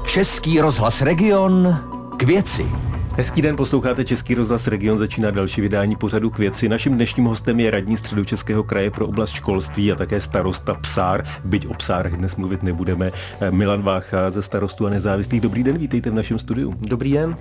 Český rozhlas Region k věci. Hezký den, posloucháte Český rozhlas Region, začíná další vydání pořadu k věci. Naším dnešním hostem je radní Středočeského kraje pro oblast školství a také starosta Psár, byť o Psárech dnes mluvit nebudeme, Milan Vácha ze Starostů a nezávislých. Dobrý den, vítejte v našem studiu. Dobrý den.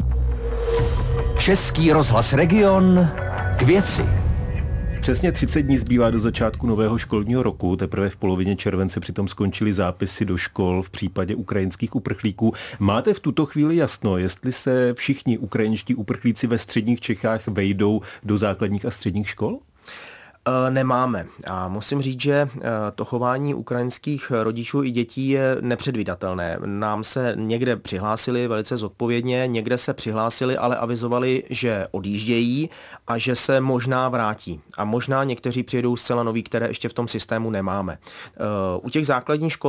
Český rozhlas Region k věci. Přesně 30 dní zbývá do začátku nového školního roku, teprve v polovině července přitom skončily zápisy do škol v případě ukrajinských uprchlíků. Máte v tuto chvíli jasno, jestli se všichni ukrajinští uprchlíci ve středních Čechách vejdou do základních a středních škol? Nemáme. A musím říct, že to chování ukrajinských rodičů i dětí je nepředvídatelné. Nám se někde přihlásili velice zodpovědně, někde se přihlásili, ale avizovali, že odjíždějí a že se možná vrátí. A možná někteří přijedou zcela noví, které ještě v tom systému nemáme. U těch základních škol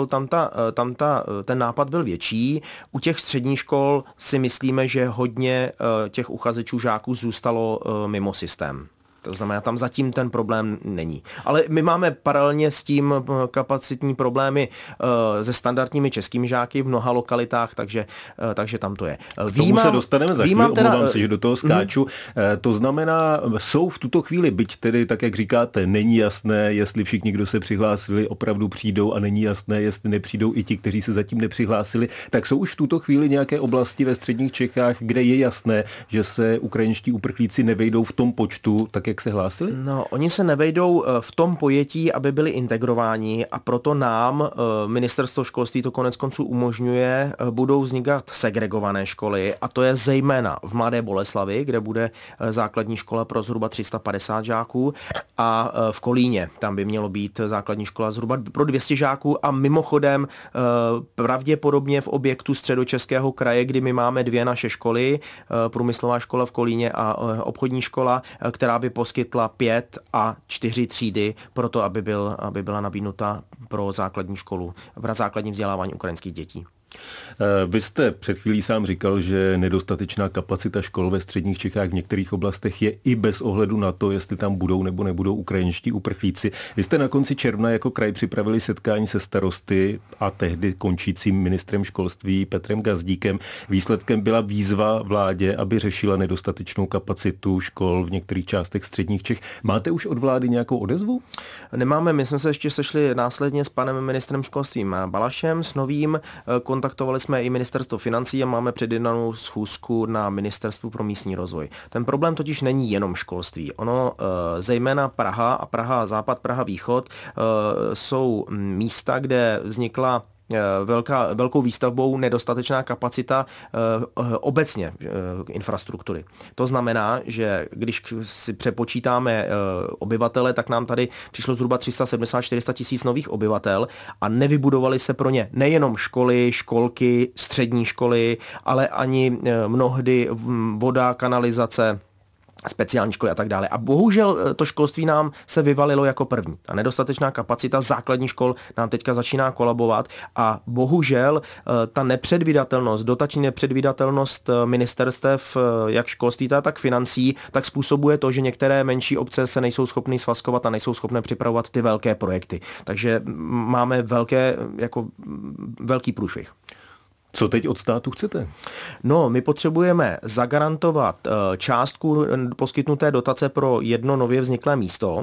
ten nápad byl větší. U těch středních škol si myslíme, že hodně těch uchazečů žáků zůstalo mimo systém. To znamená, tam zatím ten problém není. Ale my máme paralelně s tím kapacitní problémy se standardními českými žáky v mnoha lokalitách, takže tam to je. K tomu se dostaneme za chvíli, omlouvám se, že do toho skáču. To znamená, jsou v tuto chvíli, byť tedy, tak jak říkáte, není jasné, jestli všichni, kdo se přihlásili, opravdu přijdou a není jasné, jestli nepřijdou i ti, kteří se zatím nepřihlásili, tak jsou už v tuto chvíli nějaké oblasti ve středních Čechách, kde je jasné, že se ukrajinští uprchlíci nevejdou v tom počtu, tak jak se hlásili? No, oni se nevejdou v tom pojetí, aby byli integrováni, a proto nám ministerstvo školství to konec konců umožňuje, budou vznikat segregované školy, a to je zejména v Mladé Boleslavi, kde bude základní škola pro zhruba 350 žáků, a v Kolíně, tam by mělo být základní škola zhruba pro 200 žáků, a mimochodem pravděpodobně v objektu Středočeského kraje, kdy my máme dvě naše školy, průmyslová škola v Kolíně a obchodní škola, která by poskytla 5 a 4 třídy pro to, aby byla nabídnuta pro základní školu, pro základní vzdělávání ukrajinských dětí. Vy jste před chvílí sám říkal, že nedostatečná kapacita škol ve středních Čechách v některých oblastech je i bez ohledu na to, jestli tam budou nebo nebudou ukrajinští uprchlíci. Vy jste na konci června jako kraj připravili setkání se starosty a tehdy končícím ministrem školství Petrem Gazdíkem. Výsledkem byla výzva vládě, aby řešila nedostatečnou kapacitu škol v některých částech středních Čech. Máte už od vlády nějakou odezvu? Nemáme, my jsme se ještě sešli následně s panem ministrem školství Balašem, s novým. Kontaktovali jsme i ministerstvo financí a máme předjednanou schůzku na ministerstvu pro místní rozvoj. Ten problém totiž není jenom školství. Ono zejména Praha a Praha Západ, Praha Východ jsou místa, kde vznikla velkou výstavbou nedostatečná kapacita obecně infrastruktury. To znamená, že když si přepočítáme obyvatele, tak nám tady přišlo zhruba 370-400 tisíc nových obyvatel a nevybudovali se pro ně nejenom školy, školky, střední školy, ale ani mnohdy voda, kanalizace, speciální školy a tak dále. A bohužel to školství nám se vyvalilo jako první. Ta nedostatečná kapacita základních škol nám teďka začíná kolabovat a bohužel ta nepředvídatelnost, dotační nepředvídatelnost ministerstev, jak školství, tak financí, tak způsobuje to, že některé menší obce se nejsou schopny svazkovat a nejsou schopné připravovat ty velké projekty. Takže máme velký průšvih. Co teď od státu chcete? No, my potřebujeme zagarantovat částku poskytnuté dotace pro jedno nově vzniklé místo,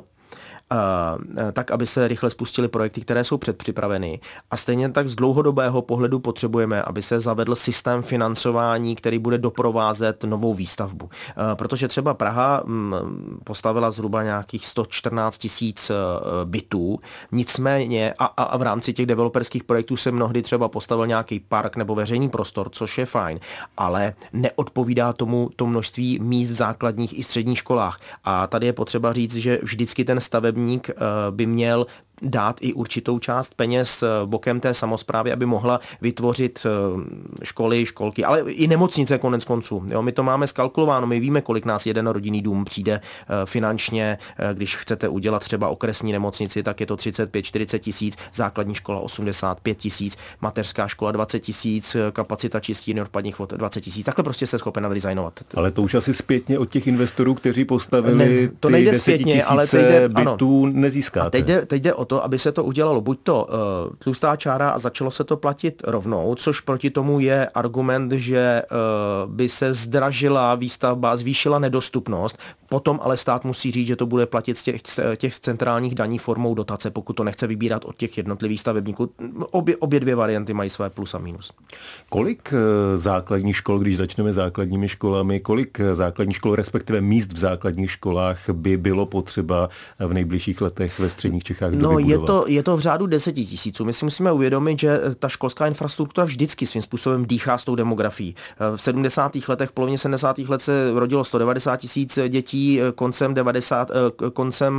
tak, aby se rychle spustily projekty, které jsou předpřipraveny. A stejně tak z dlouhodobého pohledu potřebujeme, aby se zavedl systém financování, který bude doprovázet novou výstavbu. Protože třeba Praha postavila zhruba nějakých 114 tisíc bytů, nicméně a v rámci těch developerských projektů se mnohdy třeba postavil nějaký park nebo veřejný prostor, což je fajn, ale neodpovídá tomu to množství míst v základních i středních školách. A tady je potřeba říct, že vždycky ten stavebník by měl dát i určitou část peněz bokem té samosprávy, aby mohla vytvořit školy, školky, ale i nemocnice konec konců. Jo, my to máme skalkulováno, my víme, kolik nás jeden rodinný dům přijde finančně, když chcete udělat třeba okresní nemocnici, tak je to 35-40 tisíc, základní škola 85 tisíc, mateřská škola 20 tisíc, kapacita čistírny odpadních vod 20 tisíc. Takhle prostě se schopen nadizajnovat. Ale to už asi zpětně od těch investorů, kteří postavili to ty 10 000 bytů nezískáte. Teď jde o o to, aby se to udělalo buď to tlustá čára a začalo se to platit rovnou, což proti tomu je argument, že by se zdražila výstavba, zvýšila nedostupnost, potom ale stát musí říct, že to bude platit z těch centrálních daní formou dotace, pokud to nechce vybírat od těch jednotlivých stavebníků. Obě dvě varianty mají své plus a minus. Kolik základních škol, když začneme základními školami, kolik základních škol, respektive míst v základních školách by bylo potřeba v nejbližších letech ve středních Čechách vybudovat? Je to v řádu 10 000. My si musíme uvědomit, že ta školská infrastruktura vždycky svým způsobem dýchá s tou demografií. V 70. letech, v polovině 70. let se rodilo 190 000 dětí, koncem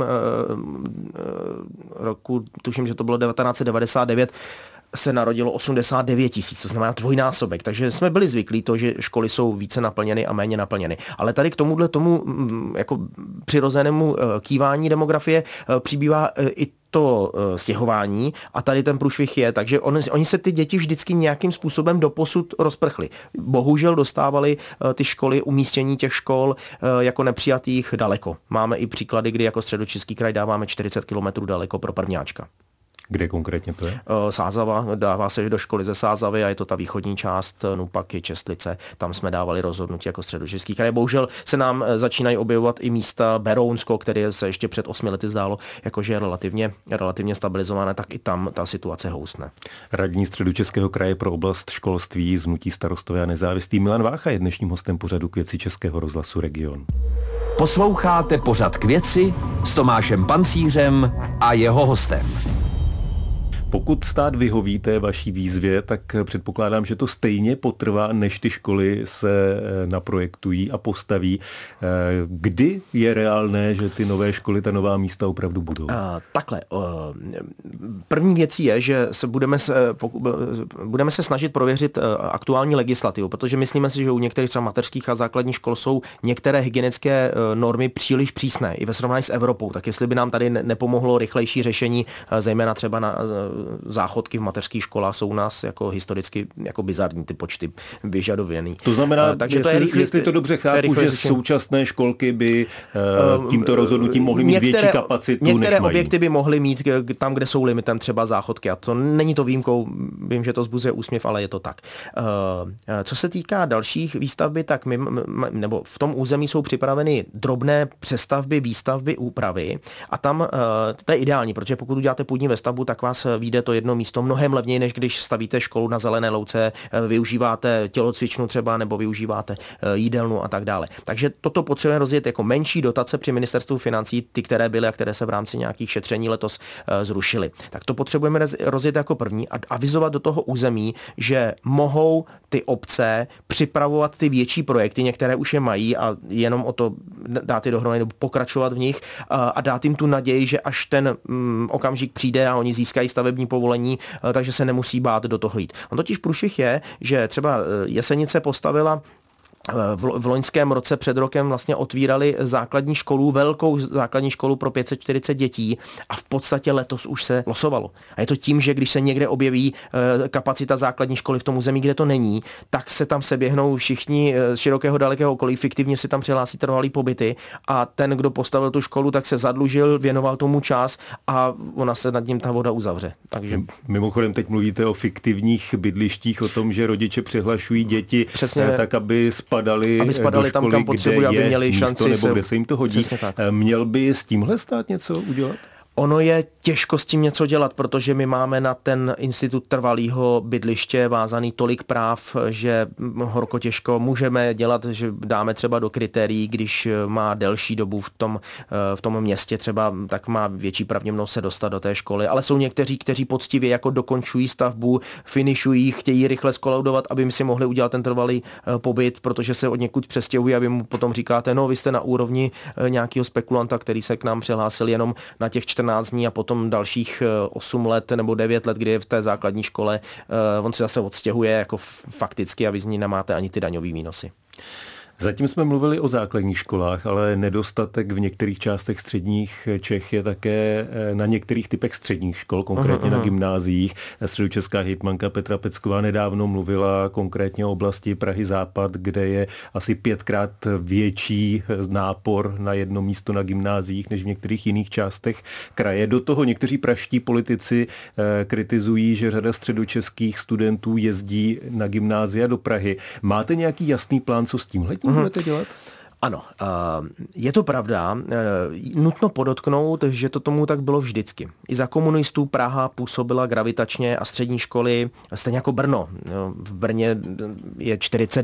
roku, tuším, že to bylo 1999, se narodilo 89 000, to znamená dvojnásobek. Takže jsme byli zvyklí to, že školy jsou více naplněny a méně naplněny. Ale tady k tomu jako přirozenému kývání demografie přibývá i to stěhování a tady ten průšvih je, takže oni se ty děti vždycky nějakým způsobem doposud rozprchly. Bohužel dostávali ty školy, umístění těch škol jako nepřijatých daleko. Máme i příklady, kdy jako Středočeský kraj dáváme 40 kilometrů daleko pro prvňáčka. Kde konkrétně to je? Sázava, dává se do školy ze Sázavy a je to ta východní část, Nupaky, Čestlice, tam jsme dávali rozhodnutí jako Středočeský kraj. Bohužel se nám začínají objevovat i místa Berounsko, které se ještě před 8 lety zdálo, jakože je relativně stabilizované, tak i tam ta situace housne. Radní Středočeského kraje pro oblast školství z hnutí Starostové a nezávislí Milan Vácha je dnešním hostem pořadu K věci Českého rozhlasu Region. Posloucháte pořad K věci s Tomášem Pancířem a jeho hostem. Pokud stát vyhoví té vaší výzvě, tak předpokládám, že to stejně potrvá, než ty školy se naprojektují a postaví. Kdy je reálné, že ty nové školy, ta nová místa opravdu budou? Takhle. První věcí je, že budeme se snažit prověřit aktuální legislativu, protože myslíme si, že u některých třeba mateřských a základních škol jsou některé hygienické normy příliš přísné i ve srovnání s Evropou. Tak jestli by nám tady nepomohlo rychlejší řešení, zejména třeba na záchodky v mateřských školách jsou u nás jako historicky jako bizarní ty počty vyžadovaný. To znamená, takže jestli to dobře chápu, že současné školky by tímto rozhodnutím mohly mít větší kapacitu, některé objekty by mohly mít tam, kde jsou limitem třeba záchodky a to není to výjimkou, vím, že to vzbuzuje úsměv, ale je to tak. Co se týká dalších výstavby, tak nebo v tom území jsou připraveny drobné přestavby, výstavby, úpravy a tam to je ideální, protože pokud uděláte půdní vestavbu, tak vás vyjde to jedno místo mnohem levněji, než když stavíte školu na zelené louce, využíváte tělocvičnu třeba nebo využíváte jídelnu a tak dále. Takže toto potřebujeme rozjet jako menší dotace při ministerstvu financí, ty, které byly a které se v rámci nějakých šetření letos zrušily. Tak to potřebujeme rozjet jako první a avizovat do toho území, že mohou ty obce připravovat ty větší projekty, některé už je mají a jenom o to dát je dohromady nebo pokračovat v nich a dát jim tu naději, že až ten okamžik přijde a oni získají stavební povolení, takže se nemusí bát do toho jít. On totiž průšvih je, že třeba Jesenice postavila v loňském roce před rokem vlastně otvírali základní školu, velkou základní školu pro 540 dětí a v podstatě letos už se losovalo. A je to tím, že když se někde objeví kapacita základní školy v tom území, kde to není, tak se tam seběhnou všichni z širokého dalekého okolí, fiktivně si tam přihlásí trvalý pobyty a ten, kdo postavil tu školu, tak se zadlužil, věnoval tomu čas a ona se nad ním ta voda uzavře. Takže mimochodem teď mluvíte o fiktivních bydlištích, o tom, že rodiče přihlašují děti tak, aby spadali do tam, kam potřebují, aby měli šanci nebo kde se jim to hodí. Měl by s tímhle stát něco udělat? Ono je těžko s tím něco dělat, protože my máme na ten institut trvalého bydliště vázaný tolik práv, že horko těžko můžeme dělat, že dáme třeba do kritérií, když má delší dobu v tom městě třeba, tak má větší pravděpodobnost se dostat do té školy, ale jsou někteří, kteří poctivě jako dokončují stavbu, finišují, chtějí rychle skolaudovat, aby si mohli udělat ten trvalý pobyt, protože se od někud přestěhují a vy mu potom říkáte, no vy jste na úrovni nějakého spekulanta, který se k nám přihlásil jenom na těch 14 dní a potom dalších 8 let nebo 9 let, kdy je v té základní škole, on se zase odstěhuje jako fakticky a vy z ní nemáte ani ty daňový výnosy. Zatím jsme mluvili o základních školách, ale nedostatek v některých částech středních Čech je také na některých typech středních škol, konkrétně na gymnáziích. Středočeská hejtmanka Petra Pecková nedávno mluvila konkrétně o oblasti Prahy Západ, kde je asi 5krát větší nápor na jedno místo na gymnáziích než v některých jiných částech kraje. Do toho někteří pražští politici kritizují, že řada středočeských studentů jezdí na gymnázia do Prahy. Máte nějaký jasný plán, co s tímhle budete dělat? Ano, je to pravda. Nutno podotknout, že to tomu tak bylo vždycky. I za komunistů Praha působila gravitačně a střední školy, stejně jako Brno. V Brně je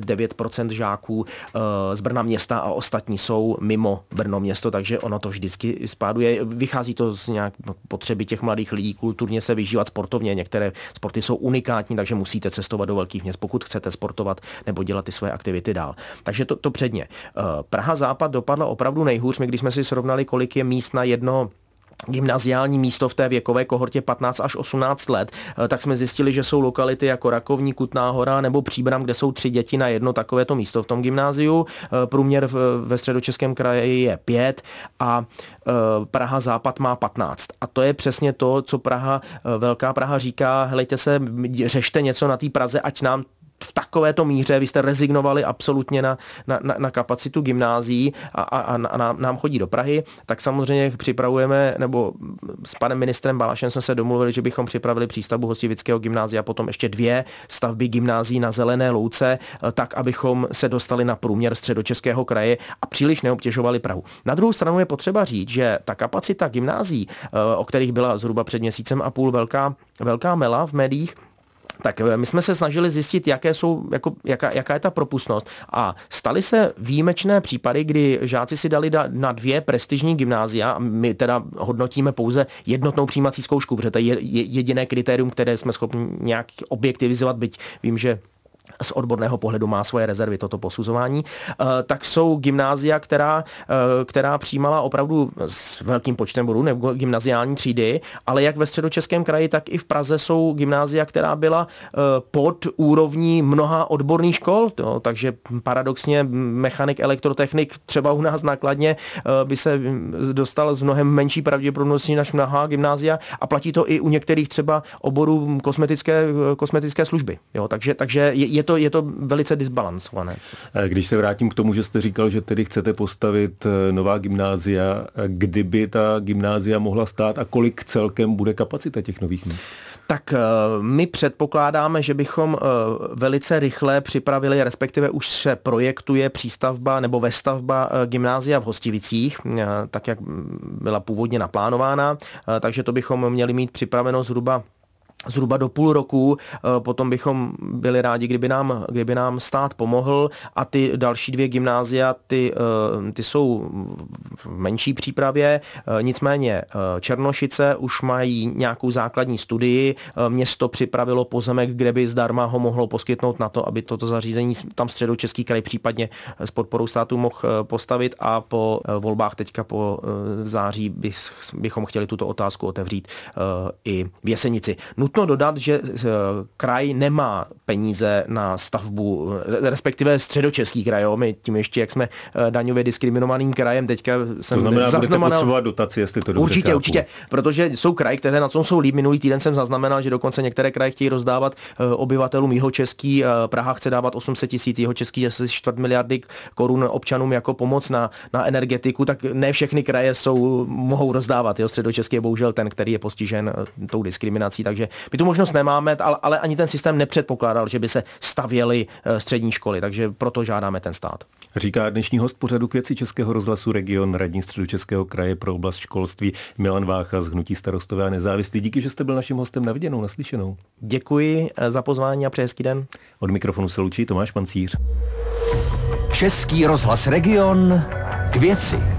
49% žáků z Brna města a ostatní jsou mimo Brno město, takže ono to vždycky spáduje. Vychází to z nějak potřeby těch mladých lidí kulturně se vyžívat sportovně. Některé sporty jsou unikátní, takže musíte cestovat do velkých měst, pokud chcete sportovat nebo dělat ty své aktivity dál. Takže to předně. Praha Západ dopadla opravdu nejhůř. My když jsme si srovnali, kolik je míst na jedno gymnaziální místo v té věkové kohortě 15 až 18 let, tak jsme zjistili, že jsou lokality jako Rakovník, Kutná Hora nebo Příbram, kde jsou 3 děti na jedno takovéto místo v tom gymnáziu. Průměr ve Středočeském kraji je 5 a Praha Západ má 15. A to je přesně to, co Velká Praha říká, helejte se, řešte něco na té Praze, ať nám v takovéto míře, vy jste rezignovali absolutně na kapacitu gymnázií a nám chodí do Prahy, tak samozřejmě připravujeme, nebo s panem ministrem Balašem jsme se domluvili, že bychom připravili přístavbu Hostivického gymnázia a potom ještě 2 stavby gymnázií na Zelené louce, tak, abychom se dostali na průměr Středočeského kraje a příliš neobtěžovali Prahu. Na druhou stranu je potřeba říct, že ta kapacita gymnázií, o kterých byla zhruba před měsícem a půl velká mela v médiích, tak my jsme se snažili zjistit, jaká je ta propustnost a staly se výjimečné případy, kdy žáci si dali na 2 prestižní gymnázia a my teda hodnotíme pouze jednotnou přijímací zkoušku, protože to je jediné kritérium, které jsme schopni nějak objektivizovat, byť vím, že z odborného pohledu má svoje rezervy toto posuzování, tak jsou gymnázia, která přijímala opravdu s velkým počtem bodů, nebo gymnaziální třídy, ale jak ve Středočeském kraji, tak i v Praze jsou gymnázia, která byla pod úrovní mnoha odborných škol, takže paradoxně mechanik, elektrotechnik třeba u nás na Kladně by se dostal z mnohem menší pravděpodobností než mnoha gymnázia a platí to i u některých třeba oborů kosmetické služby. Jo, takže je to velice disbalancované. Když se vrátím k tomu, že jste říkal, že tedy chcete postavit nová gymnázia, kdyby ta gymnázia mohla stát a kolik celkem bude kapacita těch nových míst? Tak my předpokládáme, že bychom velice rychle připravili, respektive už se projektuje přístavba nebo vestavba gymnázia v Hostivicích, tak jak byla původně naplánována, takže to bychom měli mít připraveno zhruba do půl roku, potom bychom byli rádi, kdyby nám stát pomohl a ty další 2 gymnázia, ty jsou v menší přípravě, nicméně Černošice už mají nějakou základní studii, město připravilo pozemek, kde by zdarma ho mohlo poskytnout na to, aby toto zařízení tam Středočeský kraj případně s podporou státu mohl postavit a po volbách teďka po září bychom chtěli tuto otázku otevřít i v Jesenici. Nutno dodat, že kraj nemá peníze na stavbu, respektive Středočeský kraj. Jo. My tím ještě, jak jsme daňově diskriminovaným krajem, teďka jsem zaznamenal... budete potřebovat dotaci, jestli to dobře Určitě, protože jsou kraje, které na tom jsou líp. Minulý týden jsem zaznamenal, že dokonce některé kraje chtějí rozdávat obyvatelům. Jihočeský, Praha chce dávat 800 000, Jihočeský asi 4 miliardy korun občanům jako pomoc na energetiku, tak ne všechny kraje mohou rozdávat. Jo. Středočeský je bohužel ten, který je postižen tou diskriminací, takže my tu možnost nemáme, ale ani ten systém nepředpokládal, že by se stavěly střední školy, takže proto žádáme ten stát. Říká dnešní host pořadu K věci Českého rozhlasu Region, radní Středočeského kraje pro oblast školství Milan Vácha z hnutí Starostové a nezávislí. Díky, že jste byl naším hostem, na viděnou, naslyšenou. Děkuji za pozvání a přeji hezký den. Od mikrofonu se loučí Tomáš Pancíř. Český rozhlas Region, K věci.